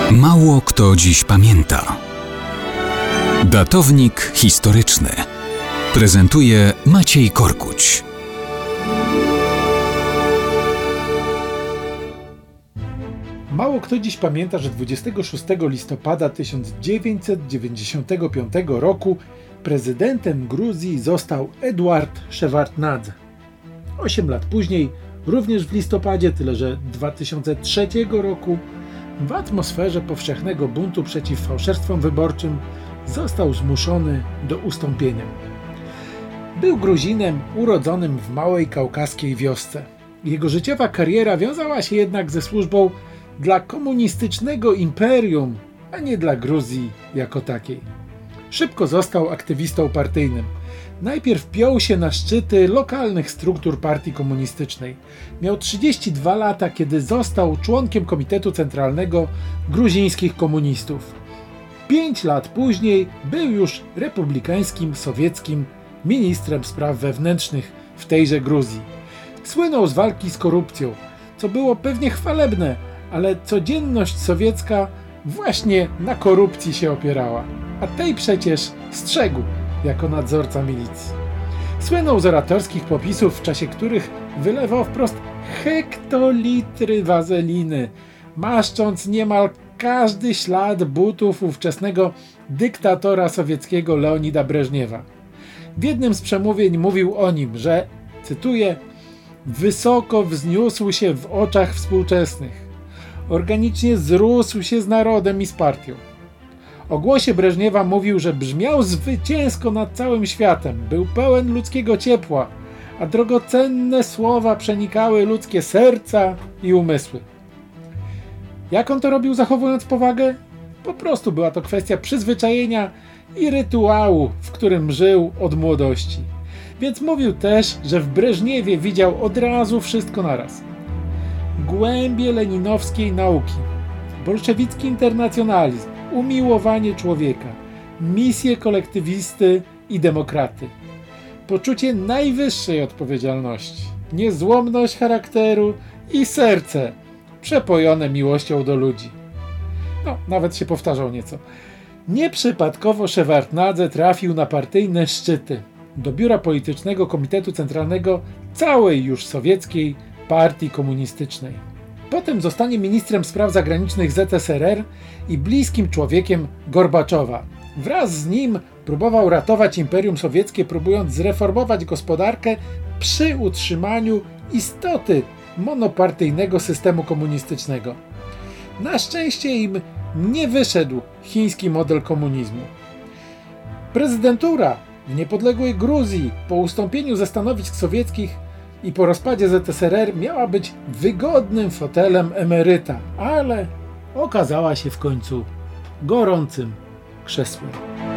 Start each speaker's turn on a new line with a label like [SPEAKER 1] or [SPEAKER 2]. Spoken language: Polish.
[SPEAKER 1] Mało kto dziś pamięta. Datownik historyczny prezentuje Maciej Korkuć.
[SPEAKER 2] Mało kto dziś pamięta, że 26 listopada 1995 roku prezydentem Gruzji został Eduard Szewardnadze. 8 lat później, również w listopadzie, tyle że 2003 roku, w atmosferze powszechnego buntu przeciw fałszerstwom wyborczym został zmuszony do ustąpienia. Był Gruzinem urodzonym w małej kaukaskiej wiosce. Jego życiowa kariera wiązała się jednak ze służbą dla komunistycznego imperium, a nie dla Gruzji jako takiej. Szybko został aktywistą partyjnym. Najpierw piął się na szczyty lokalnych struktur partii komunistycznej. Miał 32 lata, kiedy został członkiem Komitetu Centralnego Gruzińskich Komunistów. 5 lat później był już republikańskim, sowieckim ministrem spraw wewnętrznych w tejże Gruzji. Słynął z walki z korupcją, co było pewnie chwalebne, ale codzienność sowiecka właśnie na korupcji się opierała, a tej przecież strzegł jako nadzorca milicji. Słynął z oratorskich popisów, w czasie których wylewał wprost hektolitry wazeliny, maszcząc niemal każdy ślad butów ówczesnego dyktatora sowieckiego Leonida Breżniewa. W jednym z przemówień mówił o nim, że, cytuję, wysoko wzniósł się w oczach współczesnych, organicznie zrósł się z narodem i z partią. O głosie Breżniewa mówił, że brzmiał zwycięsko nad całym światem, był pełen ludzkiego ciepła, a drogocenne słowa przenikały ludzkie serca i umysły. Jak on to robił, zachowując powagę? Po prostu była to kwestia przyzwyczajenia i rytuału, w którym żył od młodości. Więc mówił też, że w Breżniewie widział od razu wszystko naraz. Głębie leninowskiej nauki, bolszewicki internacjonalizm, umiłowanie człowieka, misję kolektywisty i demokraty, poczucie najwyższej odpowiedzialności, niezłomność charakteru i serce przepojone miłością do ludzi. Nawet się powtarzał nieco. Nieprzypadkowo Szewardnadze trafił na partyjne szczyty, do biura politycznego Komitetu Centralnego całej już sowieckiej partii komunistycznej. Potem zostanie ministrem spraw zagranicznych ZSRR i bliskim człowiekiem Gorbaczowa. Wraz z nim próbował ratować Imperium Sowieckie, próbując zreformować gospodarkę przy utrzymaniu istoty monopartyjnego systemu komunistycznego. Na szczęście im nie wyszedł chiński model komunizmu. Prezydentura w niepodległej Gruzji po ustąpieniu ze stanowisk sowieckich i po rozpadzie ZSRR miała być wygodnym fotelem emeryta, ale okazała się w końcu gorącym krzesłem.